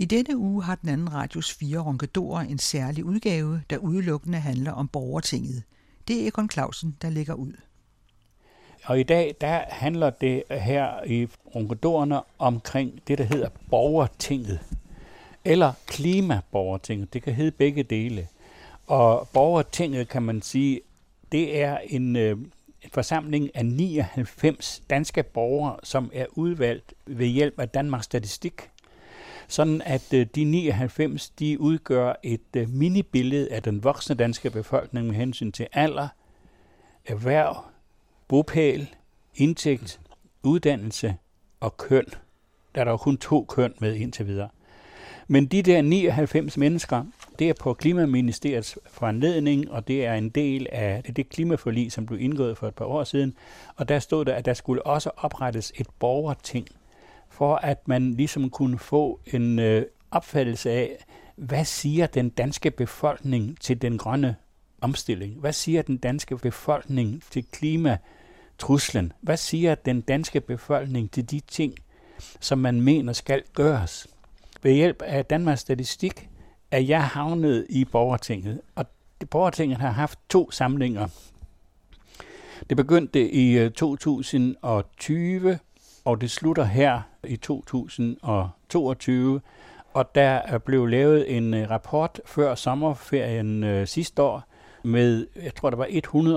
I denne uge har den anden radios 4 ronkedorer en særlig udgave, der udelukkende handler om borgertinget. Det er Egon Clausen, der lægger ud. Og i dag, der handler det her i ronkedorerne omkring det, der hedder borgertinget. Eller klimaborgertinget. Det kan hedde begge dele. Og borgertinget, kan man sige, det er en forsamling af 99 danske borgere, som er udvalgt ved hjælp af Danmarks Statistik. Sådan at de 99, de udgør et minibillede af den voksne danske befolkning med hensyn til alder, erhverv, bopæl, indtægt, uddannelse og køn. Der er der jo kun 2 køn med indtil videre. Men de der 99 mennesker, det er på Klimaministeriets foranledning, og det er en del af det klimaforlig, som blev indgået for et par år siden. Og der stod der, at der skulle også oprettes et borgerting, for at man ligesom kunne få en opfattelse af, hvad siger den danske befolkning til den grønne omstilling? Hvad siger den danske befolkning til klimatruslen? Hvad siger den danske befolkning til de ting, som man mener skal gøres? Ved hjælp af Danmarks Statistik er jeg havnet i borgertinget, og borgertinget har haft 2 samlinger. Det begyndte i 2020, og det slutter her i 2022, og der blev lavet en rapport før sommerferien sidste år, med, jeg tror, der var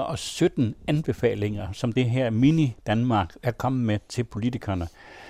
117 anbefalinger, som det her mini-Danmark er kommet med til politikerne.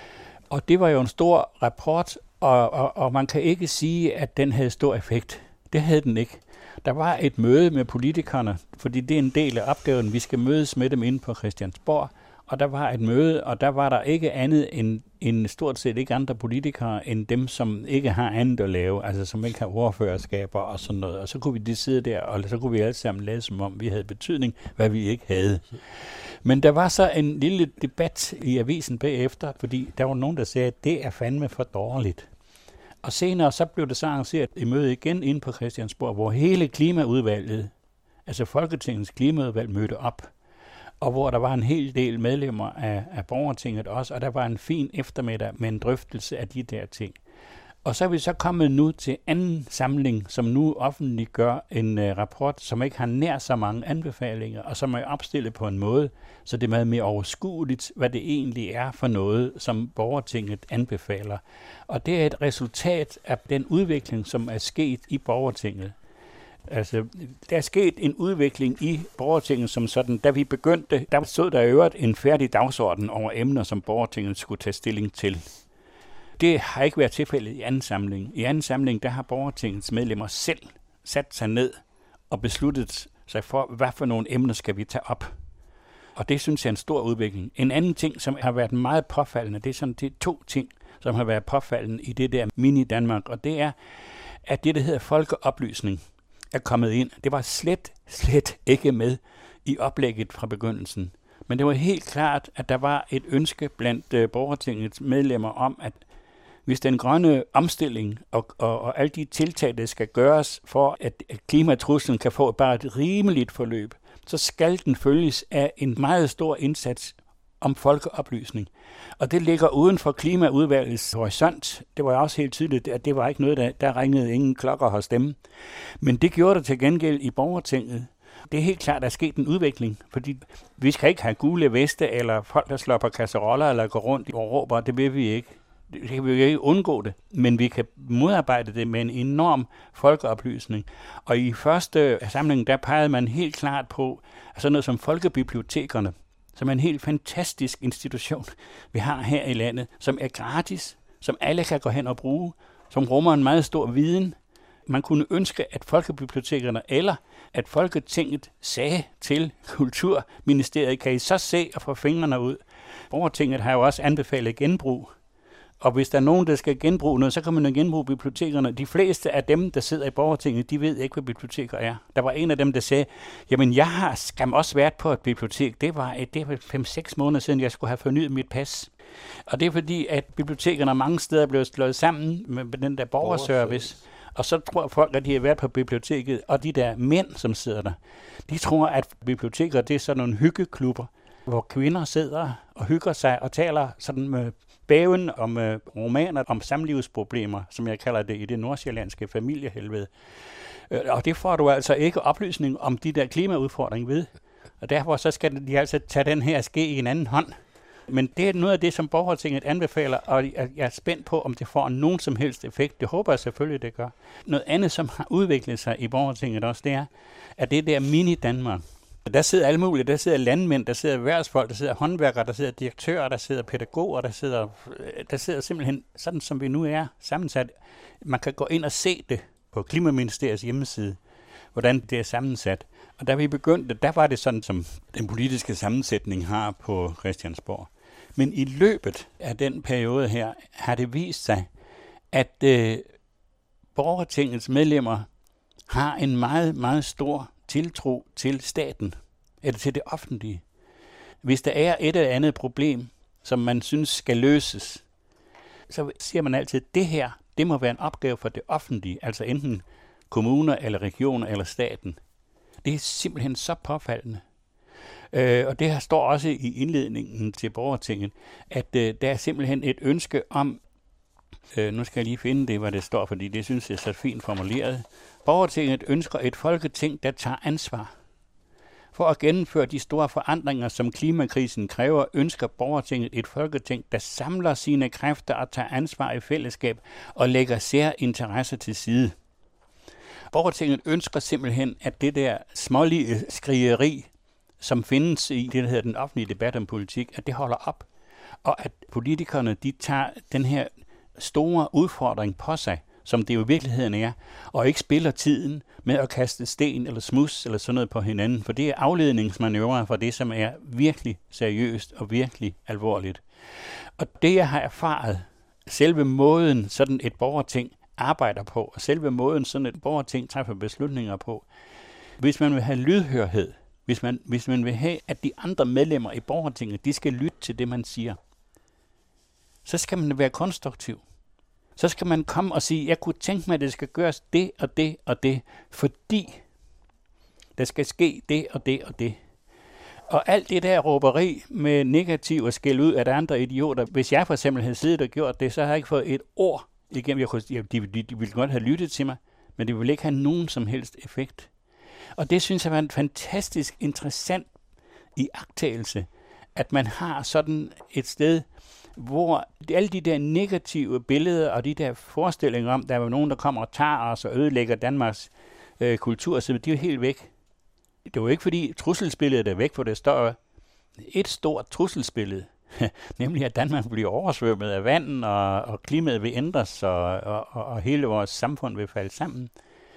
Og det var jo en stor rapport, og man kan ikke sige, at den havde stor effekt. Det havde den ikke. Der var et møde med politikerne, fordi det er en del af opgaven. Vi skal mødes med dem inde på Christiansborg, og der var et møde, og der var der ikke andet end stort set ikke andre politikere, end dem, som ikke har andet at lave, altså som ikke har ordførerskaber og sådan noget. Og så kunne vi sidde der, og så kunne vi alle sammen lade som om, vi havde betydning, hvad vi ikke havde. Men der var så en lille debat i avisen bagefter, fordi der var nogen, der sagde, at det er fandme for dårligt. Og senere så blev det så arrangeret i møde igen inde på Christiansborg, hvor hele klimaudvalget, altså Folketingets klimaudvalg, mødte op. Og hvor der var en hel del medlemmer af borgertinget også, og der var en fin eftermiddag med en drøftelse af de der ting. Og så er vi så kommet nu til anden samling, som nu offentliggør en rapport, som ikke har nær så mange anbefalinger, og som er opstillet på en måde, så det er meget mere overskueligt, hvad det egentlig er for noget, som borgertinget anbefaler. Og det er et resultat af den udvikling, som er sket i borgertinget. Altså, der er sket en udvikling i borgertinget som sådan. Da vi begyndte, der stod der i øvrigt en færdig dagsorden over emner, som borgertinget skulle tage stilling til. Det har ikke været tilfældet i anden samling. I anden samling, der har borgertingets medlemmer selv sat sig ned og besluttet sig for, hvad for nogle emner skal vi tage op. Og det synes jeg er en stor udvikling. En anden ting, som har været meget påfaldende, det er 2 ting, som har været påfaldende i det der mini-Danmark, og det er, at det, der hedder folkeoplysning, er kommet ind. Det var slet ikke med i oplægget fra begyndelsen. Men det var helt klart, at der var et ønske blandt borgertingets medlemmer om, at hvis den grønne omstilling og alle de tiltag, der skal gøres for, at klimatruslen kan få bare et rimeligt forløb, så skal den følges af en meget stor indsats om folkeoplysning. Og det ligger uden for klimaudvalgets horisont. Det var også helt tydeligt, at det var ikke noget, der ringede ingen klokker hos dem. Men det gjorde det til gengæld i borgertinget. Det er helt klart, at der er sket en udvikling, fordi vi skal ikke have gule veste, eller folk, der slår på kasseroller, eller går rundt og råber. Det vil vi ikke. Det kan vi ikke undgå det, men vi kan modarbejde det med en enorm folkeoplysning. Og i første samling, der pegede man helt klart på sådan noget som folkebibliotekerne, som er en helt fantastisk institution, vi har her i landet, som er gratis, som alle kan gå hen og bruge, som rummer en meget stor viden. Man kunne ønske, at folkebibliotekerne eller at Folketinget sagde til Kulturministeriet, kan I så se og få fingrene ud. Borgertinget har jo også anbefalet genbrug. Og hvis der er nogen, der skal genbruge noget, så kan man jo genbruge bibliotekerne. De fleste af dem, der sidder i borgertinget, de ved ikke, hvad biblioteker er. Der var en af dem, der sagde, jamen jeg har skam også været på et bibliotek. Det var 5-6 måneder siden, jeg skulle have fornyet mit pas. Og det er fordi, at bibliotekerne mange steder blev slået sammen med den der borgerservice. Og så tror folk, at de har været på biblioteket, og de der mænd, som sidder der, de tror, at biblioteker, det er sådan nogle hyggeklubber. hvor kvinder sidder og hygger sig og taler sådan med bæven om romaner om samlivsproblemer, som jeg kalder det i det nordsjællandske familiehelvede. Og det får du altså ikke oplysning om de der klimaudfordringer ved. Og derfor så skal de altså tage den her ske i en anden hånd. Men det er noget af det, som Borgertinget anbefaler, og jeg er spændt på, om det får nogen som helst effekt. Det håber jeg selvfølgelig, det gør. Noget andet, som har udviklet sig i Borgertinget også, det er, at det der mini-Danmark. Der sidder alle mulige. Der sidder landmænd, der sidder erhvervsfolk, der sidder håndværkere, der sidder direktører, der sidder pædagoger, der sidder simpelthen sådan, som vi nu er sammensat. Man kan gå ind og se det på Klimaministeriets hjemmeside, hvordan det er sammensat. Og da vi begyndte, der var det sådan, som den politiske sammensætning har på Christiansborg. Men i løbet af den periode her, har det vist sig, at Borgertingets medlemmer har en meget, meget stor tiltro til staten, eller til det offentlige. Hvis der er et eller andet problem, som man synes skal løses, så siger man altid, at det her, det må være en opgave for det offentlige, altså enten kommuner eller regioner eller staten. Det er simpelthen så påfaldende. Og det her står også i indledningen til Borgertinget, at der er simpelthen et ønske om, nu skal jeg lige finde det, hvad det står, fordi det synes jeg er så fint formuleret. Borgertinget ønsker et folketing, der tager ansvar. For at gennemføre de store forandringer, som klimakrisen kræver, ønsker Borgertinget et folketing, der samler sine kræfter og tager ansvar i fællesskab og lægger særinteresser til side. Borgertinget ønsker simpelthen, at det der smålige skrigeri, som findes i det, der hedder den offentlige debat om politik, at det holder op. Og at politikerne, de tager den her store udfordring på sig, som det jo i virkeligheden er, og ikke spiller tiden med at kaste sten eller smus eller sådan noget på hinanden, for det er afledningsmanøvrer for det, som er virkelig seriøst og virkelig alvorligt. Og det, jeg har erfaret, selve måden sådan et borgerting arbejder på, og selve måden sådan et borgerting træffer beslutninger på, hvis man vil have lydhørhed, hvis man vil have, at de andre medlemmer i Borgertinget, de skal lytte til det, man siger, så skal man være konstruktiv. Så skal man komme og sige, jeg kunne tænke mig, at det skal gøres det og det og det, fordi der skal ske det og det og det. Og alt det der råberi med negativ og skæld ud af andre idioter, hvis jeg for eksempel havde siddet og gjort det, så har jeg ikke fået et ord igennem. De ville godt have lyttet til mig, men det ville ikke have nogen som helst effekt. Og det synes jeg var en fantastisk interessant iagttagelse, at man har sådan et sted, hvor alle de der negative billeder og de der forestillinger om, der er nogen, der kommer og tager os og ødelægger Danmarks kultur, så de er jo helt væk. Det er jo ikke fordi trusselsbilledet er væk, for det står et stort trusselsbillede, nemlig at Danmark bliver oversvømmet af vand, og klimaet vil ændres, og hele vores samfund vil falde sammen.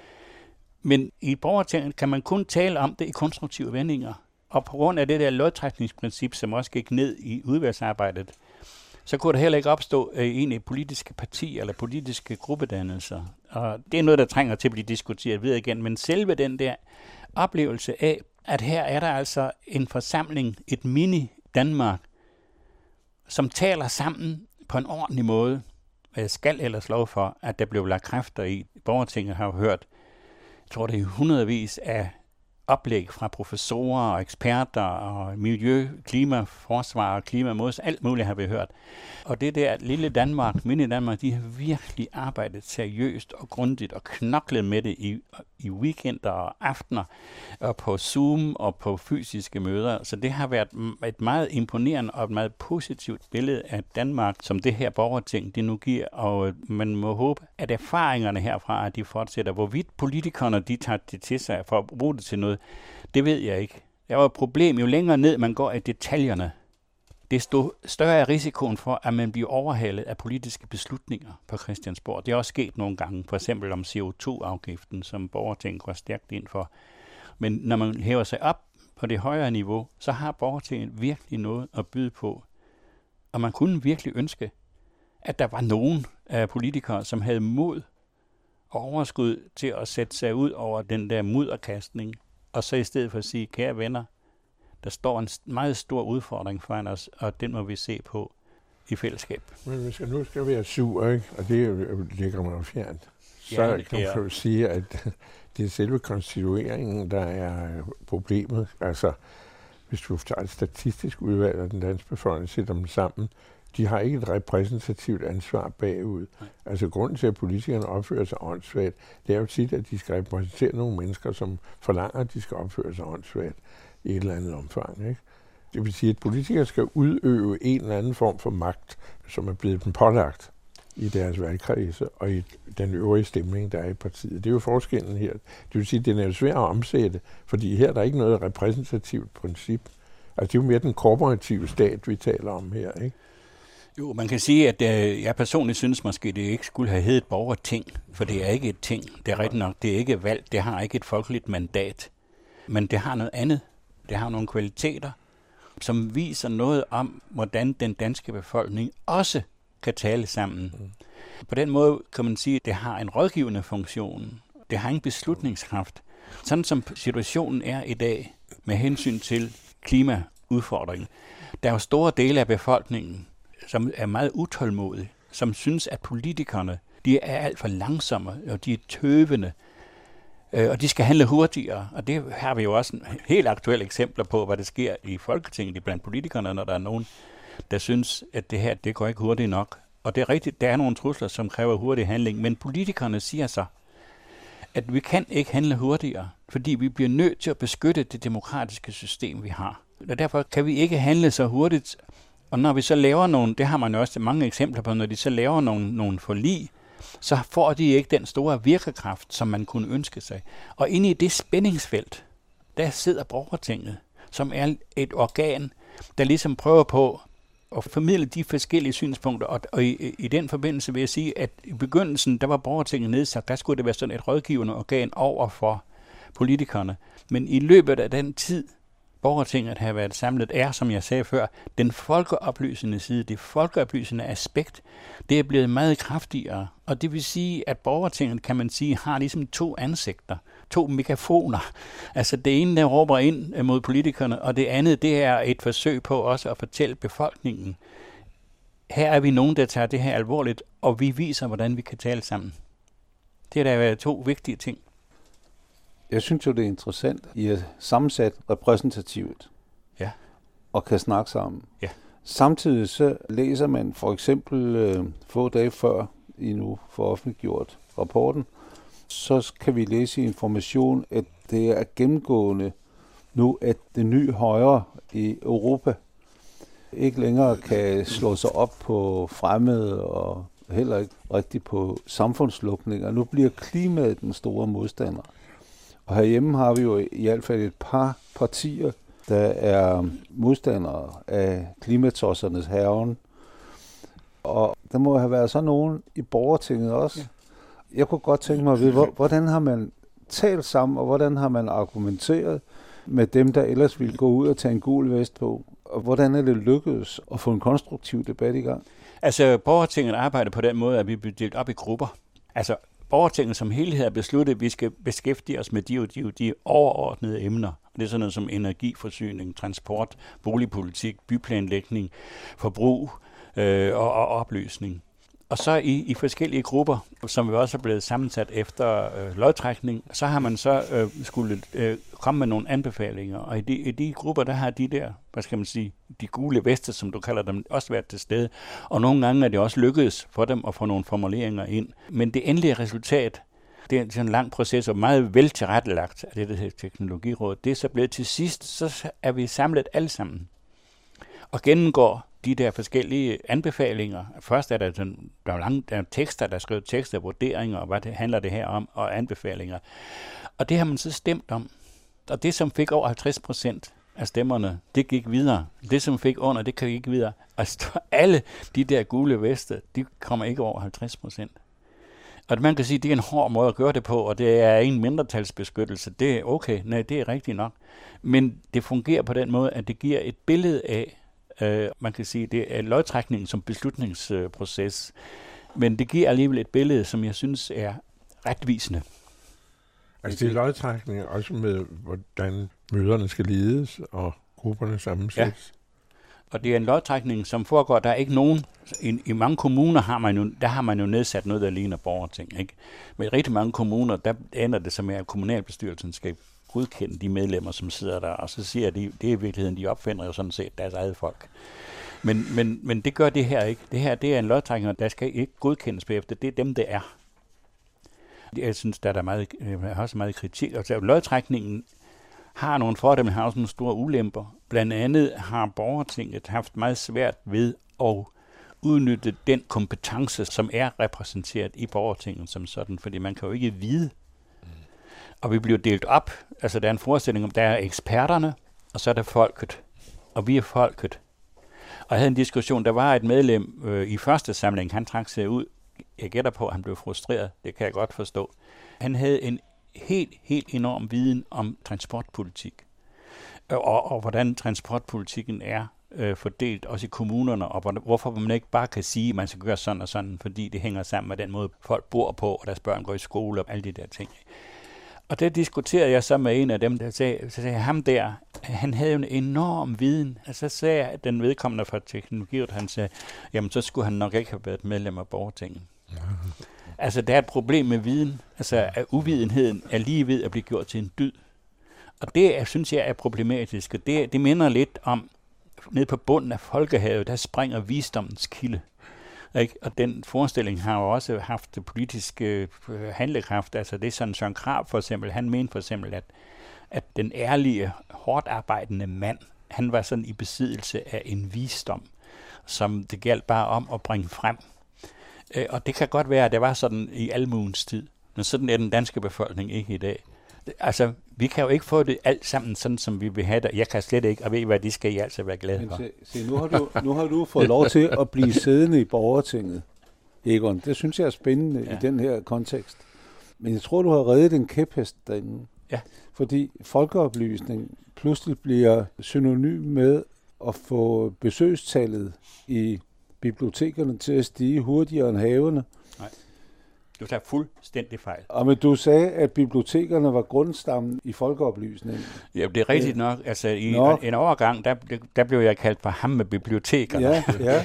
Men i Borgertinget kan man kun tale om det i konstruktive vendinger. Og på grund af det der lodtrækningsprincip, som også gik ned i udvalgsarbejdet, så kunne der heller ikke opstå egentlig politiske partier eller politiske gruppedannelser. Og det er noget, der trænger til at blive diskuteret videre igen. Men selve den der oplevelse af, at her er der altså en forsamling, et mini-Danmark, som taler sammen på en ordentlig måde. Jeg skal ellers lov for, at der blev lagt kræfter i. Borgertinget har hørt, jeg tror det er hundredvis af oplæg fra professorer og eksperter og miljø, klima, forsvar og klimamods, alt muligt har vi hørt. Og det der lille Danmark, mini-Danmark, de har virkelig arbejdet seriøst og grundigt og knoklet med det i weekender og aftener og på Zoom og på fysiske møder. Så det har været et meget imponerende og et meget positivt billede af Danmark, som det her borgerting, det nu giver. Og man må håbe, at erfaringerne herfra, at de fortsætter. Hvorvidt politikerne, de tager det til sig for at bruge det til noget, det ved jeg ikke. Der var et problem, jo længere ned man går i detaljerne, desto større er risikoen for, at man bliver overhalet af politiske beslutninger på Christiansborg. Det er også sket nogle gange, for eksempel om CO2-afgiften, som Borgertinget går stærkt ind for. Men når man hæver sig op på det højere niveau, så har Borgertinget virkelig noget at byde på. Og man kunne virkelig ønske, at der var nogen af politikere, som havde mod og overskud til at sætte sig ud over den der mudderkastning, og så i stedet for at sige, kære venner, der står en meget stor udfordring foran os, og den må vi se på i fællesskab. Men hvis jeg nu skal være sur, ikke? Og det ligger mig fjernt, så kan man jo sige, at det er selve konstitueringen, der er problemet. Altså, hvis du tager et statistisk udvalg af den danske befolkning, sætter dem sammen, de har ikke et repræsentativt ansvar bagud. Altså grunden til, at politikerne opfører sig åndssvagt, det er jo tit, at de skal repræsentere nogle mennesker, som forlanger, at de skal opføre sig åndssvagt i et eller andet omfang. Ikke? Det vil sige, at politikere skal udøve en eller anden form for magt, som er blevet dem pålagt i deres valgkredse og i den øvrige stemning, der er i partiet. Det er jo forskellen her. Det vil sige, at den er jo svær at omsætte, fordi her der er ikke noget repræsentativt princip. Altså det er jo mere den korporative stat, vi taler om her, ikke? Jo, man kan sige, at jeg personligt synes måske, det ikke skulle have heddet borgerting, for det er ikke et ting. Det er rigtigt nok, det er ikke valgt, det har ikke et folkeligt mandat. Men det har noget andet. Det har nogle kvaliteter, som viser noget om, hvordan den danske befolkning også kan tale sammen. På den måde kan man sige, at det har en rådgivende funktion. Det har en beslutningskraft. Sådan som situationen er i dag med hensyn til klimaudfordringen. Der er jo store dele af befolkningen, som er meget utålmodige, som synes, at politikerne de er alt for langsomme, og de er tøvende, og de skal handle hurtigere. Og det har vi jo også helt aktuelle eksempler på, hvad der sker i Folketinget blandt politikerne, når der er nogen, der synes, at det her det går ikke hurtigt nok. Og det er rigtigt, der er nogle trusler, som kræver hurtig handling, men politikerne siger så, at vi kan ikke handle hurtigere, fordi vi bliver nødt til at beskytte det demokratiske system, vi har. Og derfor kan vi ikke handle så hurtigt. Og når vi så laver nogle, det har man jo også mange eksempler på, når de så laver nogle forlig, så får de ikke den store virkekraft, som man kunne ønske sig. Og inde i det spændingsfelt, der sidder borgertinget, som er et organ, der ligesom prøver på at formidle de forskellige synspunkter. Og i den forbindelse vil jeg sige, at i begyndelsen, der var borgertinget nedsat, der skulle det være sådan et rådgivende organ over for politikerne. Men i løbet af den tid, borgertinget har været samlet, er, som jeg sagde før, den folkeoplysende side, det folkeoplysende aspekt, det er blevet meget kraftigere. Og det vil sige, at borgertinget, kan man sige, har ligesom to ansigter, to megafoner. Altså det ene, der råber ind mod politikerne, og det andet, det er et forsøg på også at fortælle befolkningen, her er vi nogen, der tager det her alvorligt, og vi viser, hvordan vi kan tale sammen. Det er da to vigtige ting. Jeg synes jo, det er interessant, I er sammensat repræsentativt og kan snakke sammen. Ja. Samtidig så læser man for eksempel få dage før I nu får offentliggjort rapporten, så kan vi læse i Information, at det er gennemgående nu, at det nye højre i Europa ikke længere kan slå sig op på fremmede og heller ikke rigtigt på samfundslukninger. Nu bliver klimaet den store modstander. Og herhjemme har vi jo i hvert fald et par partier, der er modstandere af klimatossernes hærgen. Og der må have været sådan nogen i borgertinget også. Ja. Jeg kunne godt tænke mig at vide, hvordan har man talt sammen, og hvordan har man argumenteret med dem, der ellers ville gå ud og tage en gul vest på? Og hvordan er det lykkedes at få en konstruktiv debat i gang? Altså, borgertinget arbejder på den måde, at vi bliver delt op i grupper. Altså, borgertinget som helhed har besluttet, at vi skal beskæftige os med de overordnede emner. Det er sådan noget som energiforsyning, transport, boligpolitik, byplanlægning, forbrug og oplysning. Og så i forskellige grupper, som vi også er blevet sammensat efter lodtrækning, så har man så skulle komme med nogle anbefalinger. Og i de grupper, der har de der, hvad skal man sige, de gule veste, som du kalder dem, også været til stede. Og nogle gange er det også lykkedes for dem at få nogle formuleringer ind. Men det endelige resultat, det er sådan en lang proces og meget vel tilrettelagt af det, der hedder Teknologiråd. Det er så blevet til sidst, så er vi samlet alle sammen og gennemgår de der forskellige anbefalinger. Først er der er tekster, der er skrevet tekster, vurderinger, og hvad det handler det her om, og anbefalinger. Og det har man så stemt om. Og det, som fik over 50% af stemmerne, det gik videre. Det, som fik under, det kan ikke videre. Altså alle de der gule veste, de kommer ikke over 50%. Og man kan sige, at det er en hård måde at gøre det på, og det er en mindretalsbeskyttelse. Det er okay, nej, det er rigtigt nok. Men det fungerer på den måde, at det giver et billede af, man kan sige, det er lodtrækningen som beslutningsproces, men det giver alligevel et billede, som jeg synes er retvisende. Altså det er lodtrækning også med, hvordan møderne skal ledes og grupperne sammensættes. Ja. Og det er en lodtrækning, som foregår. Der er ikke nogen. I mange kommuner har man jo nedsat noget, der ligner borgerting. Ikke? Men i rigtig mange kommuner, der ender det som at kommunalbestyrelsen skal godkende de medlemmer, som sidder der, og så siger de, det er i virkeligheden, de opfinder jo sådan set deres eget folk. Men det gør det her ikke. Det her, det er en lodtrækning, der skal ikke godkendes bagefter. Det er dem, det er. Jeg synes, der er også meget kritik. Altså, lodtrækningen har nogle fordele, men har også nogle store ulemper. Blandt andet har borgertinget haft meget svært ved at udnytte den kompetence, som er repræsenteret i borgertinget som sådan, fordi man kan jo ikke vide. Og vi bliver delt op. Altså, der er en forestilling om, der er eksperterne, og så er der folket. Og vi er folket. Og jeg havde en diskussion, der var et medlem i første samling, han trak sig ud. Jeg gætter på, at han blev frustreret. Det kan jeg godt forstå. Han havde en helt enorm viden om transportpolitik. Og hvordan transportpolitikken er fordelt, også i kommunerne, og hvorfor man ikke bare kan sige, at man skal gøre sådan og sådan, fordi det hænger sammen med den måde, folk bor på, og deres børn går i skole, og alle de der ting. Og det diskuterede jeg så med en af dem, der sagde ham der, han havde en enorm viden. Og så sagde den vedkommende fra teknologiet, han sagde, jamen så skulle han nok ikke have været medlem af borgertinget. Altså der er et problem med viden. Altså at uvidenheden er lige ved at blive gjort til en dyd. Og det synes jeg er problematisk. Og det minder lidt om, nede på bunden af folkehavet, der springer visdommens kilde. Ikke? Og den forestilling har jo også haft det politiske handlekraft. Altså det er sådan Søren Krab for eksempel. Han mente for eksempel, at den ærlige, hårdt arbejdende mand, han var sådan i besiddelse af en visdom, som det galt bare om at bringe frem. Og det kan godt være, at det var sådan i almuens tid. Men sådan er den danske befolkning ikke i dag. Altså, vi kan jo ikke få det alt sammen sådan, som vi vil have det. Jeg kan slet ikke, og ved hvad, de skal I altså være glade for. Se, nu har du fået lov til at blive siddende i borgertinget, Egon. Det synes jeg er spændende i den her kontekst. Men jeg tror, du har reddet en kæphest derinde. Ja. Fordi folkeoplysning pludselig bliver synonym med at få besøgstallet i bibliotekerne til at stige hurtigere end havene. Nej. Du tager fuldstændig fejl. Og men du sagde, at bibliotekerne var grundstammen i folkeoplysningen. Ja, det er rigtigt nok. Altså i en overgang, der blev jeg kaldt for ham med bibliotekerne. Ja.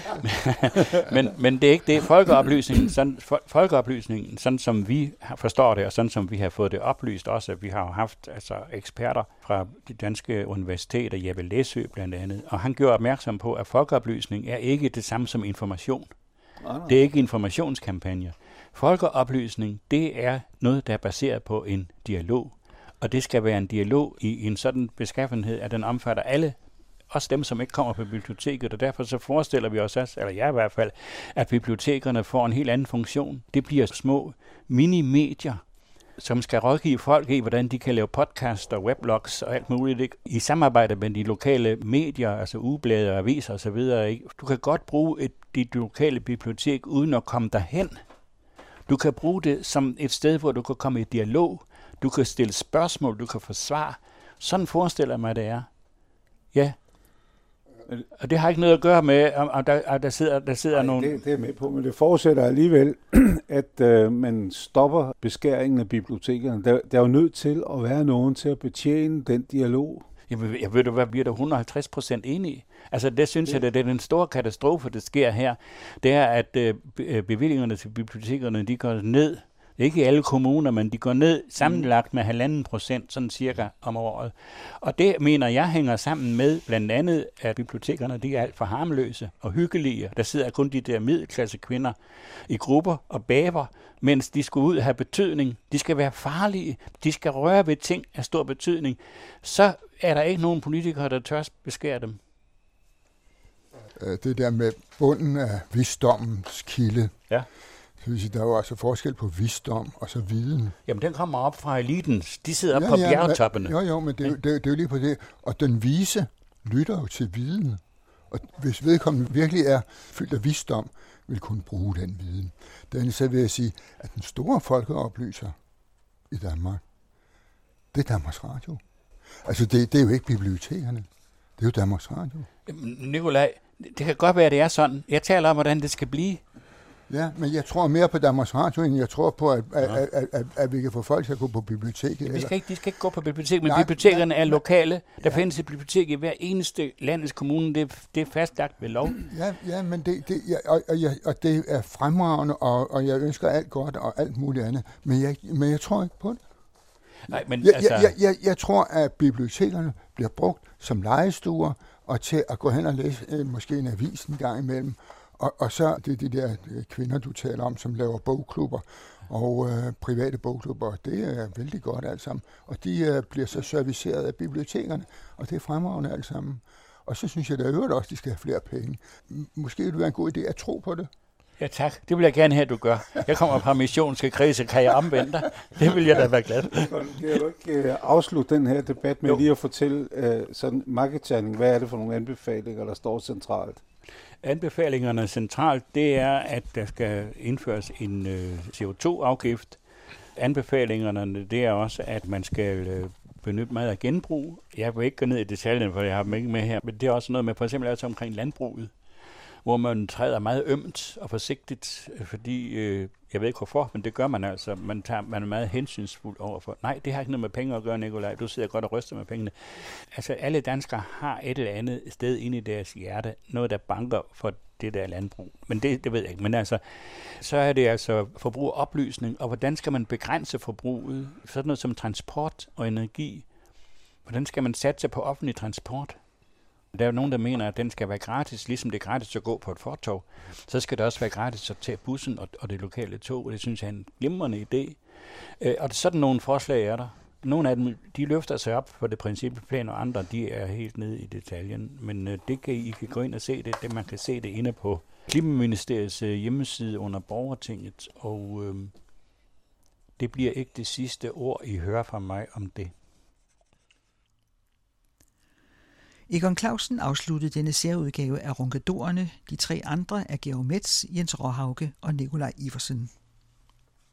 men det er ikke det. Folkeoplysningen, sådan som vi forstår det, og sådan som vi har fået det oplyst også, vi har haft eksperter fra de danske universiteter, Jeppe Læsø blandt andet, og han gjorde opmærksom på, at folkeoplysning er ikke det samme som information. Det er ikke informationskampagner. Folkeoplysning, det er noget, der er baseret på en dialog. Og det skal være en dialog i en sådan beskaffenhed, at den omfatter alle, også dem, som ikke kommer på biblioteket. Og derfor så forestiller vi os, eller jeg i hvert fald, at bibliotekerne får en helt anden funktion. Det bliver små mini-medier, som skal rådgive folk i, hvordan de kan lave podcast og weblogs og alt muligt, i samarbejde med de lokale medier, altså ugeblade og aviser osv. Du kan godt bruge dit lokale bibliotek uden at komme derhen. Du kan bruge det som et sted, hvor du kan komme i dialog, du kan stille spørgsmål, du kan få svar. Sådan forestiller jeg mig, det er. Ja. Og det har ikke noget at gøre med, at der sidder nogen... Det er med på, men det forudsætter alligevel, at man stopper beskæringen af bibliotekerne. Der er jo nødt til at være nogen til at betjene den dialog. Jamen, jeg ved du hvad, bliver der 150% enige? Altså, det synes jeg, det er den store katastrofe, der sker her. Det er, at bevillingerne til bibliotekerne, de går ned. Ikke i alle kommuner, men de går ned sammenlagt med 1,5%, sådan cirka om året. Og det mener jeg hænger sammen med blandt andet, at bibliotekerne de er alt for harmløse og hyggelige. Der sidder kun de der middelklasse kvinder i grupper og bæver, mens de skal ud og have betydning. De skal være farlige. De skal røre ved ting af stor betydning. Så er der ikke nogen politikere, der tør beskære dem. Det der med bunden af visdommens kilde. Ja. Der er jo altså forskel på visdom og så viden. Jamen, den kommer op fra eliten. De sidder op på bjergtoppene. Jo, men det er jo lige på det. Og den vise lytter jo til viden. Og hvis vedkommende virkelig er fyldt af visdom, vil kunne bruge den viden. Dernæst så vil jeg sige, at den store folkeoplyser i Danmark, det er Danmarks Radio. Altså, det er jo ikke bibliotekerne. Det er jo Danmarks Radio. Nikolaj, det kan godt være, at det er sådan. Jeg taler om, hvordan det skal blive. Ja, men jeg tror mere på Danmarks Radio, end jeg tror på, at vi kan få folk til at gå på biblioteket. De skal ikke gå på biblioteket, men bibliotekerne er lokale. Der findes et bibliotek i hver eneste landets kommune. Det er fastlagt ved lov. Ja, men det er fremragende, og jeg ønsker alt godt og alt muligt andet. Men jeg tror ikke på det. Nej, men Jeg tror, at bibliotekerne bliver brugt som legestuer, og til at gå hen og læse måske en avis en gang imellem. Og så det er de der kvinder, du taler om, som laver bogklubber og private bogklubber. Det er vældig godt alt sammen. Og de bliver så serviceret af bibliotekerne, og det er fremragende alt sammen. Og så synes jeg da øvrigt også, at de skal have flere penge. Måske vil det være en god idé at tro på det. Ja tak, det vil jeg gerne have, at du gør. Jeg kommer fra missionske kredse, kan jeg omvende dig? Det vil jeg da være glad. Kan du ikke afslutte den her debat med lige at fortælle sådan marketing, hvad er det for nogle anbefalinger, der står centralt? Anbefalingerne centralt, det er, at der skal indføres en CO2-afgift. Anbefalingerne, det er også, at man skal benytte meget af genbrug. Jeg vil ikke gå ned i detaljen, for jeg har dem ikke med her, men det er også noget med, for eksempel altså omkring landbruget, hvor man træder meget ømt og forsigtigt, fordi, jeg ved ikke hvorfor, men det gør man altså. Man er meget hensynsfuld overfor. Nej, det har ikke noget med penge at gøre, Nikolaj. Du sidder godt og ryster med pengene. Altså, alle danskere har et eller andet sted inde i deres hjerte, noget der banker for det der landbrug. Men det ved jeg ikke. Men altså, så er det altså forbrugeroplysning, og hvordan skal man begrænse forbruget? Sådan noget som transport og energi. Hvordan skal man satse på offentlig transport? Der er jo nogen, der mener, at den skal være gratis, ligesom det er gratis at gå på et fortov. Så skal det også være gratis at tage bussen og det lokale tog, og det synes jeg er en glimrende idé. Og sådan nogle forslag er der. Nogle af dem, de løfter sig op på det principplan, og andre, de er helt nede i detaljen. Men det kan I kan gå ind og se det. Man kan se det inde på Klimaministeriets hjemmeside under Borgertinget, og det bliver ikke det sidste ord, I hører fra mig om det. Egon Clausen afsluttede denne særudgave af Ronkedorerne. De tre andre er Georg Metz, Jens Råhauke og Nikolaj Iversen.